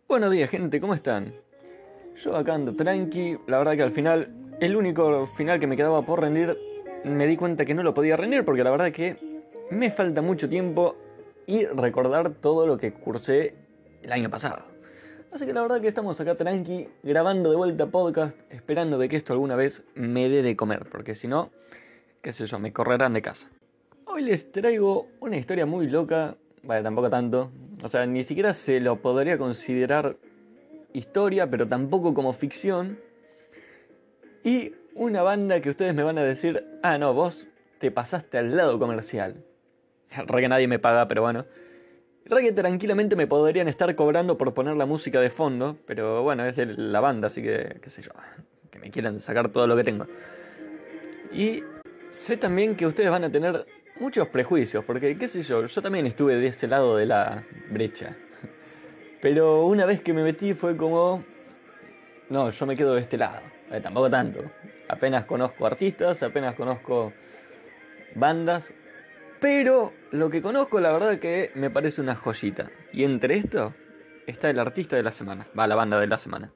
Buenos días, gente, ¿cómo están? Yo acá ando tranqui, la verdad que al final, el único final que me quedaba por rendir, me di cuenta que no lo podía rendir porque la verdad que me falta mucho tiempo y recordar todo lo que cursé el año pasado. Así que la verdad que estamos acá tranqui, grabando de vuelta podcast, esperando de que esto alguna vez me dé de comer, porque si no, qué sé yo, me correrán de casa. Hoy les traigo una historia muy loca, vale, tampoco tanto, o sea, ni siquiera se lo podría considerar historia, pero tampoco como ficción. Y una banda que ustedes me van a decir, ah, no, vos te pasaste al lado comercial. Re que nadie me paga, pero bueno. Re que tranquilamente me podrían estar cobrando por poner la música de fondo, pero bueno, es de la banda, así que, qué sé yo, que me quieran sacar todo lo que tengo. Y sé también que ustedes van a tener muchos prejuicios, porque, qué sé yo también estuve de ese lado de la brecha. Pero una vez que me metí fue como, no, yo me quedo de este lado. Tampoco tanto. Apenas conozco artistas, apenas conozco bandas. Pero lo que conozco, la verdad que me parece una joyita. Y entre esto está el artista de la semana. Va, la banda de la semana.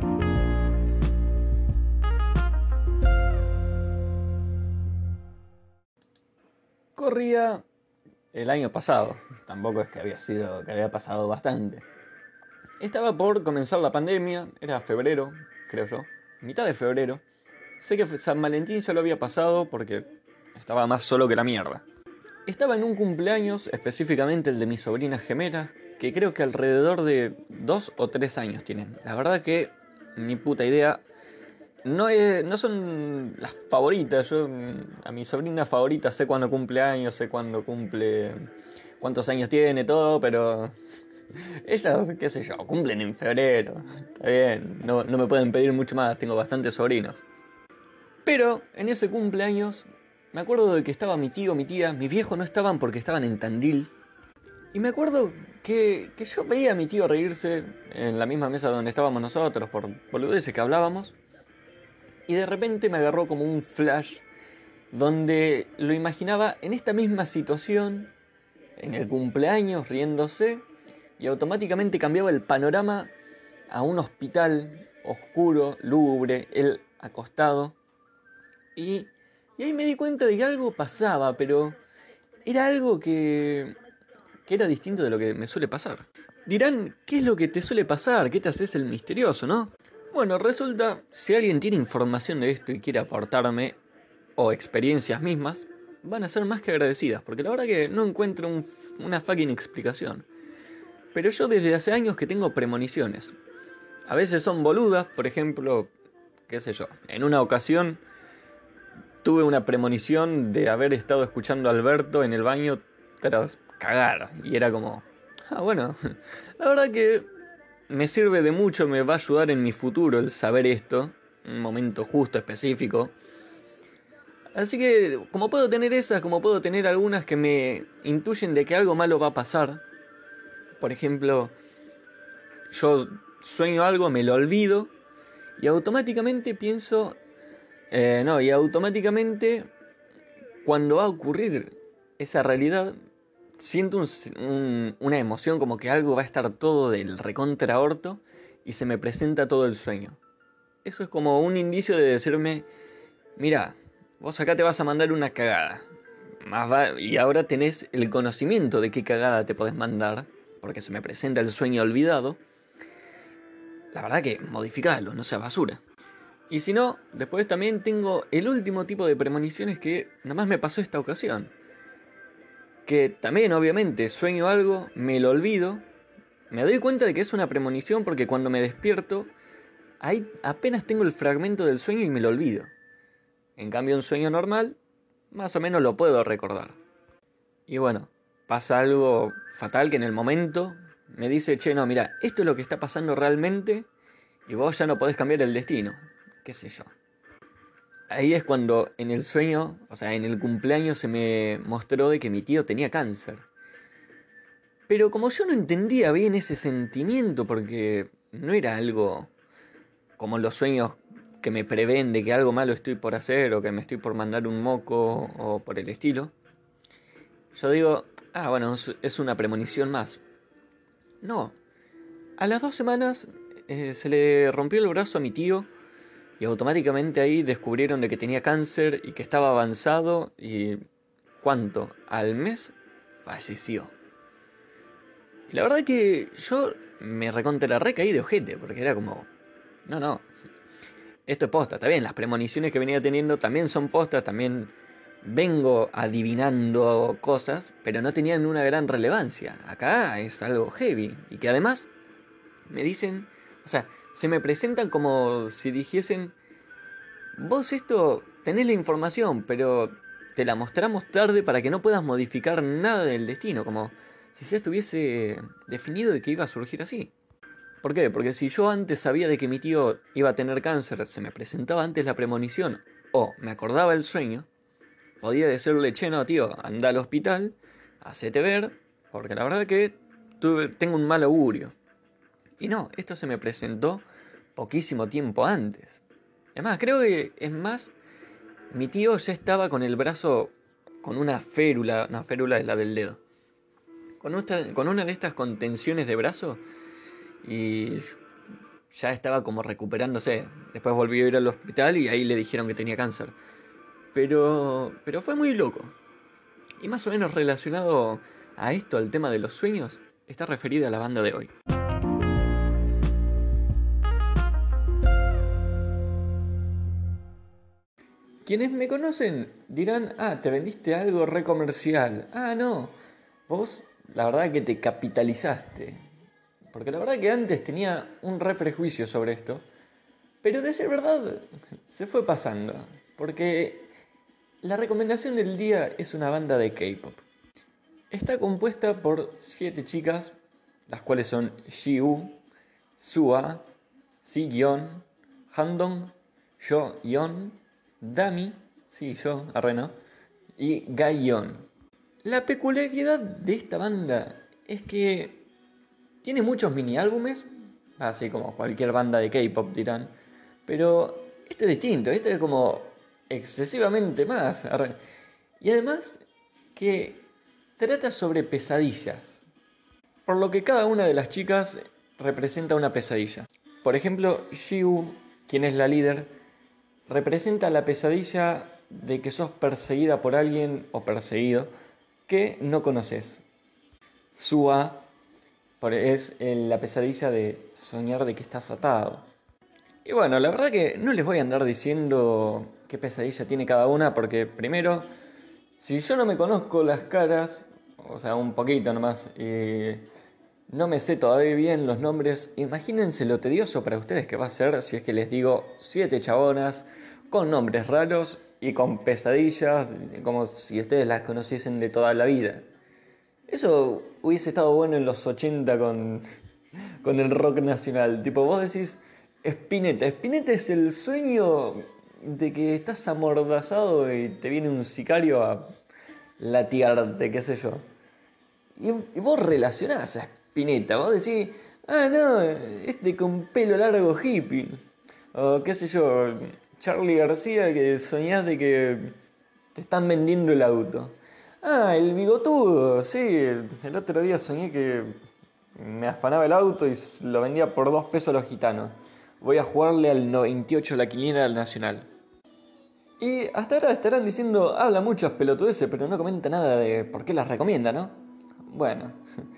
Corría el año pasado. Tampoco es que que había pasado bastante. Estaba por comenzar la pandemia. Era febrero, creo yo. Mitad de febrero. Sé que San Valentín ya lo había pasado porque estaba más solo que la mierda. Estaba en un cumpleaños, específicamente el de mis sobrinas gemelas, que creo que alrededor de 2 o 3 años tienen. La verdad que ni puta idea. No son las favoritas. Yo a mi sobrina favorita sé cuándo cumple años, sé cuándo cumple, cuántos años tiene, todo, pero ellas, qué sé yo, cumplen en febrero. Está bien, no me pueden pedir mucho más, tengo bastantes sobrinos. Pero en ese cumpleaños me acuerdo de que estaba mi tío, mi tía, mis viejos no estaban porque estaban en Tandil. Y me acuerdo que yo veía a mi tío reírse en la misma mesa donde estábamos nosotros por boludeces que hablábamos. Y de repente me agarró como un flash donde lo imaginaba en esta misma situación, en el cumpleaños, riéndose. Y automáticamente cambiaba el panorama a un hospital oscuro, lúgubre, él acostado. Y, y ahí me di cuenta de que algo pasaba, pero era algo que era distinto de lo que me suele pasar. Dirán, ¿qué es lo que te suele pasar? ¿Qué te haces el misterioso, no? Bueno, resulta, si alguien tiene información de esto y quiere aportarme, o experiencias mismas, van a ser más que agradecidas, porque la verdad que no encuentro una fucking explicación. Pero yo desde hace años que tengo premoniciones. A veces son boludas, por ejemplo, qué sé yo, en una ocasión tuve una premonición de haber estado escuchando a Alberto en el baño tras cagar. Y era como, ah, bueno, la verdad que me sirve de mucho, me va a ayudar en mi futuro el saber esto, un momento justo, específico. Así que, como puedo tener esas, como puedo tener algunas que me intuyen de que algo malo va a pasar. Por ejemplo, yo sueño algo, me lo olvido y automáticamente pienso, no, y automáticamente cuando va a ocurrir esa realidad, siento una emoción como que algo va a estar todo del recontra orto y se me presenta todo el sueño. Eso es como un indicio de decirme, mira, vos acá te vas a mandar una cagada. Y ahora tenés el conocimiento de qué cagada te podés mandar, porque se me presenta el sueño olvidado. La verdad que modificalo, no sea basura. Y si no, después también tengo el último tipo de premoniciones que nada más me pasó esta ocasión. Que también obviamente sueño algo, me lo olvido, me doy cuenta de que es una premonición porque cuando me despierto, ahí apenas tengo el fragmento del sueño y me lo olvido. En cambio un sueño normal, más o menos lo puedo recordar. Y bueno, pasa algo fatal que en el momento me dice, che, no, mira, esto es lo que está pasando realmente y vos ya no podés cambiar el destino, qué sé yo. Ahí es cuando en el sueño, o sea, en el cumpleaños se me mostró de que mi tío tenía cáncer. Pero como yo no entendía bien ese sentimiento, porque no era algo como los sueños que me prevén de que algo malo estoy por hacer o que me estoy por mandar un moco o por el estilo, yo digo, ah, bueno, es una premonición más. No, A las 2 semanas se le rompió el brazo a mi tío y automáticamente ahí descubrieron de que tenía cáncer y que estaba avanzado y... ¿cuánto? Al mes falleció. Y la verdad que yo me recontra la recaí de ojete porque era como... No, esto es posta, está bien, las premoniciones que venía teniendo también son postas, también vengo adivinando cosas, pero no tenían una gran relevancia. Acá es algo heavy y que además me dicen, o sea, se me presentan como si dijesen, vos esto tenés la información, pero te la mostramos tarde para que no puedas modificar nada del destino, como si ya estuviese definido de que iba a surgir así. ¿Por qué? Porque si yo antes sabía de que mi tío iba a tener cáncer, se me presentaba antes la premonición, o me acordaba el sueño, podía decirle, che, no, tío, anda al hospital, hacete ver, porque la verdad que tengo un mal augurio. Y no, esto se me presentó poquísimo tiempo antes. Es más, creo que, es más, mi tío ya estaba con el brazo, con una férula es la del dedo, con una de estas contenciones de brazo, y ya estaba como recuperándose. Después volvió a ir al hospital y ahí le dijeron que tenía cáncer. Pero fue muy loco. Y más o menos relacionado a esto, al tema de los sueños, está referida a la banda de hoy. Quienes me conocen dirán, ah, te vendiste algo re comercial. Ah, no, vos la verdad que te capitalizaste. Porque la verdad que antes tenía un re prejuicio sobre esto. Pero de ser verdad, se fue pasando. Porque la recomendación del día es una banda de K-pop. Está compuesta por 7 chicas, las cuales son Ji-woo, Sua, Si-yeon, Handong, Jo-yeon, Dami, sí, yo, arreno, y Ga-yeon. La peculiaridad de esta banda es que tiene muchos mini álbumes, así como cualquier banda de K-pop dirán, pero este es distinto, este es como excesivamente más. Y además que trata sobre pesadillas, por lo que cada una de las chicas representa una pesadilla. Por ejemplo, Jiwoo, quien es la líder, representa la pesadilla de que sos perseguida por alguien o perseguido que no conoces. Sua es la pesadilla de soñar de que estás atado. Y bueno, la verdad que no les voy a andar diciendo qué pesadilla tiene cada una porque primero, si yo no me conozco las caras, o sea, un poquito nomás, y no me sé todavía bien los nombres, imagínense lo tedioso para ustedes que va a ser si es que les digo 7 chabonas con nombres raros y con pesadillas como si ustedes las conociesen de toda la vida. Eso hubiese estado bueno en los 80 con el rock nacional. Tipo, vos decís, Spinetta. Spinetta es el sueño de que estás amordazado y te viene un sicario a latigarte, qué sé yo. Y vos relacionás a Spinetta. Vos decís, ah, no, este con pelo largo hippie. O qué sé yo, Charlie García que soñás de que te están vendiendo el auto. Ah, el bigotudo, sí. El otro día soñé que me afanaba el auto y lo vendía por 2 pesos a los gitanos. Voy a jugarle al 98 la quiniela del Nacional. Y hasta ahora estarán diciendo, habla muchas pelotudeces, pero no comenta nada de por qué las recomienda, ¿no? Bueno.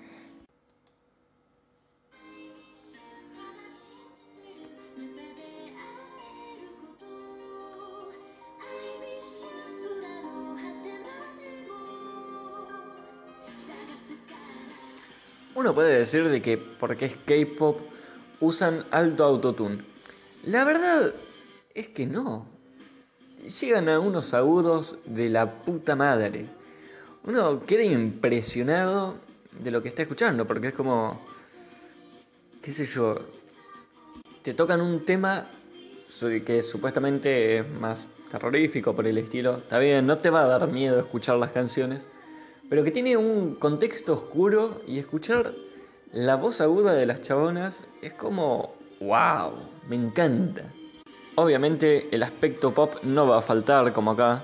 Uno puede decir de que porque es K-pop usan alto autotune. La verdad es que no. Llegan a unos agudos de la puta madre. Uno queda impresionado de lo que está escuchando, porque es como, qué sé yo, te tocan un tema que supuestamente es más terrorífico por el estilo. Está bien, no te va a dar miedo escuchar las canciones, pero que tiene un contexto oscuro y escuchar la voz aguda de las chabonas es como, wow, me encanta. Obviamente el aspecto pop no va a faltar como acá.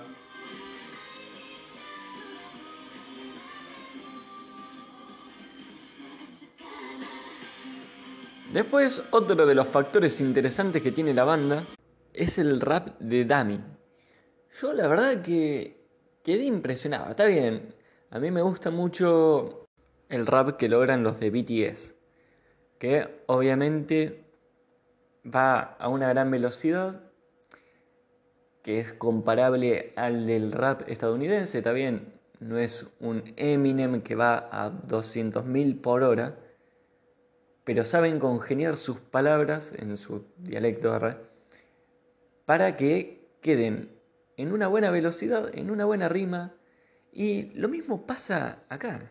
Después, otro de los factores interesantes que tiene la banda es el rap de Dami. Yo la verdad que quedé impresionado. Está bien, a mí me gusta mucho el rap que logran los de BTS, que obviamente va a una gran velocidad, que es comparable al del rap estadounidense. Está bien, no es un Eminem que va a 200.000 por hora, pero saben congeniar sus palabras en su dialecto, ¿verdad?, para que queden en una buena velocidad, en una buena rima. Y lo mismo pasa acá.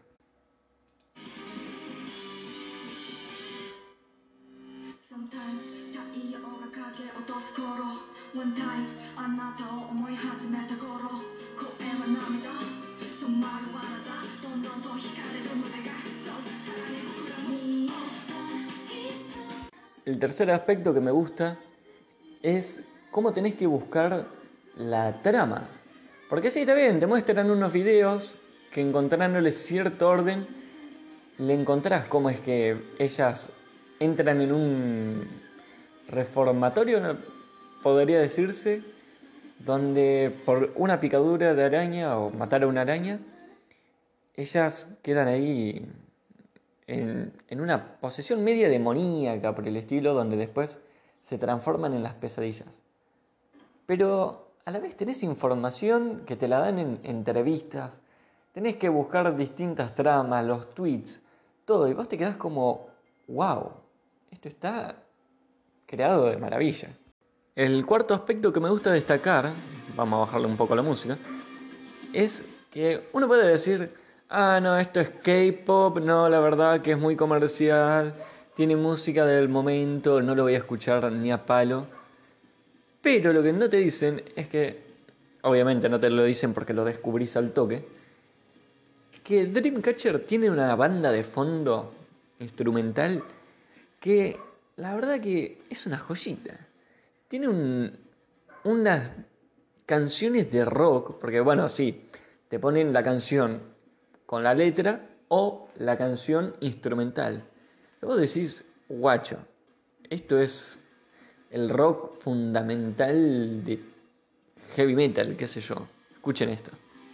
El tercer aspecto que me gusta es cómo tenés que buscar la trama. Porque sí, está bien, te muestran unos videos que encontrándole cierto orden, le encontrás cómo es que ellas entran en un reformatorio, ¿no?, podría decirse, donde por una picadura de araña o matar a una araña, ellas quedan ahí en una posesión media demoníaca por el estilo, donde después se transforman en las pesadillas. Pero a la vez tenés información que te la dan en entrevistas, tenés que buscar distintas tramas, los tweets, todo, y vos te quedás como, wow, esto está creado de maravilla. El cuarto aspecto que me gusta destacar, vamos a bajarle un poco la música, es que uno puede decir, ah, no, esto es K-pop, no, la verdad que es muy comercial, tiene música del momento, no lo voy a escuchar ni a palo. Pero lo que no te dicen es que, obviamente no te lo dicen porque lo descubrís al toque, que Dreamcatcher tiene una banda de fondo instrumental que la verdad que es una joyita. Tiene unas canciones de rock, porque bueno, sí, te ponen la canción con la letra o la canción instrumental. Luego decís, guacho, esto es el rock fundamental de heavy metal, qué sé yo. Escuchen esto.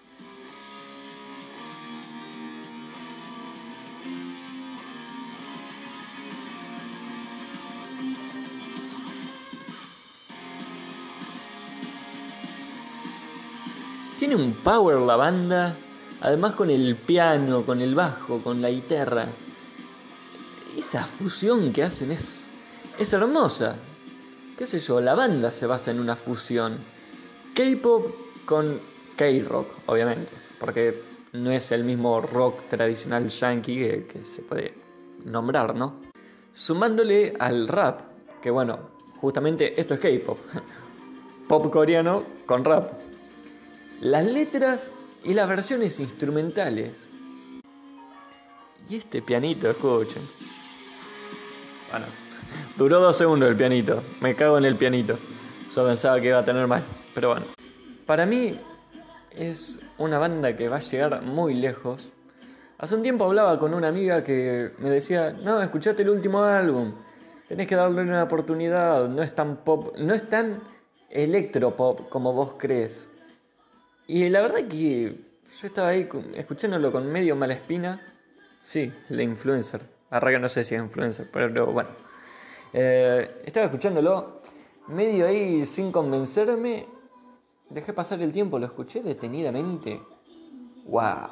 Tiene un power la banda, además con el piano, con el bajo, con la guitarra. Esa fusión que hacen es hermosa. Qué sé yo, la banda se basa en una fusión. K-pop con K-rock, obviamente, porque no es el mismo rock tradicional yankee que se puede nombrar, ¿no? Sumándole al rap, que bueno, justamente esto es K-pop. Pop coreano con rap. Las letras y las versiones instrumentales. Y este pianito, escuchen. Bueno, duró 2 segundos el pianito. Me cago en el pianito. Yo pensaba que iba a tener más, pero bueno. Para mí es una banda que va a llegar muy lejos. Hace un tiempo hablaba con una amiga que me decía, no, escuchate el último álbum, tenés que darle una oportunidad, no es tan pop, no es tan electropop como vos crees. Y la verdad que yo estaba ahí escuchándolo con medio mala espina. Sí, la influencer. Arranca, no sé si es influencer, pero bueno. Estaba escuchándolo medio ahí sin convencerme. Dejé pasar el tiempo, lo escuché detenidamente. ¡Wow!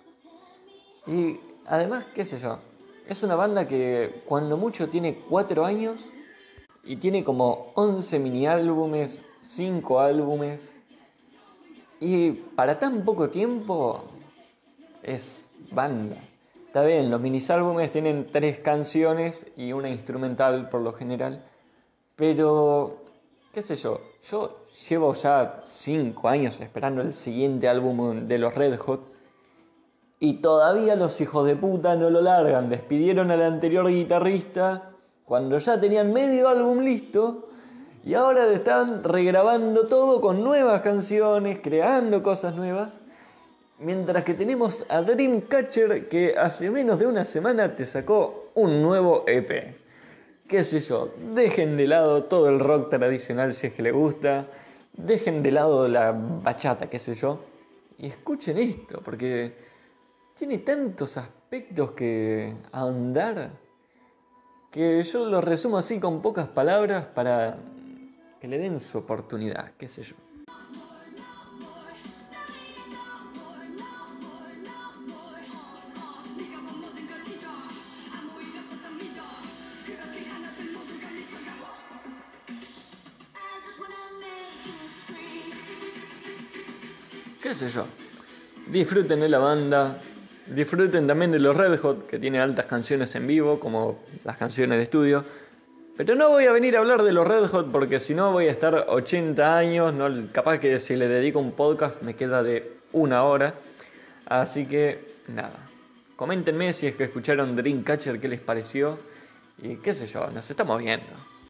Y además, qué sé yo, es una banda que cuando mucho tiene 4 años y tiene como 11 mini álbumes, 5 álbumes. Y para tan poco tiempo es banda. Está bien, los miniálbumes tienen 3 canciones y una instrumental por lo general. Pero, qué sé yo llevo ya 5 años esperando el siguiente álbum de los Red Hot. Y todavía los hijos de puta no lo largan. Despidieron al anterior guitarrista cuando ya tenían medio álbum listo. Y ahora están regrabando todo con nuevas canciones, creando cosas nuevas. Mientras que tenemos a Dreamcatcher que hace menos de una semana te sacó un nuevo EP. qué sé yo, dejen de lado todo el rock tradicional si es que les gusta, dejen de lado la bachata, qué sé yo, y escuchen esto, porque tiene tantos aspectos que ahondar que yo lo resumo así con pocas palabras para que le den su oportunidad, qué sé yo. Qué sé yo. Disfruten de la banda, disfruten también de los Red Hot, que tiene altas canciones en vivo, como las canciones de estudio. Pero no voy a venir a hablar de los Red Hot porque si no voy a estar 80 años, no, capaz que si le dedico un podcast me queda de 1 hora. Así que nada, coméntenme si es que escucharon Dreamcatcher, qué les pareció y qué sé yo, nos estamos viendo.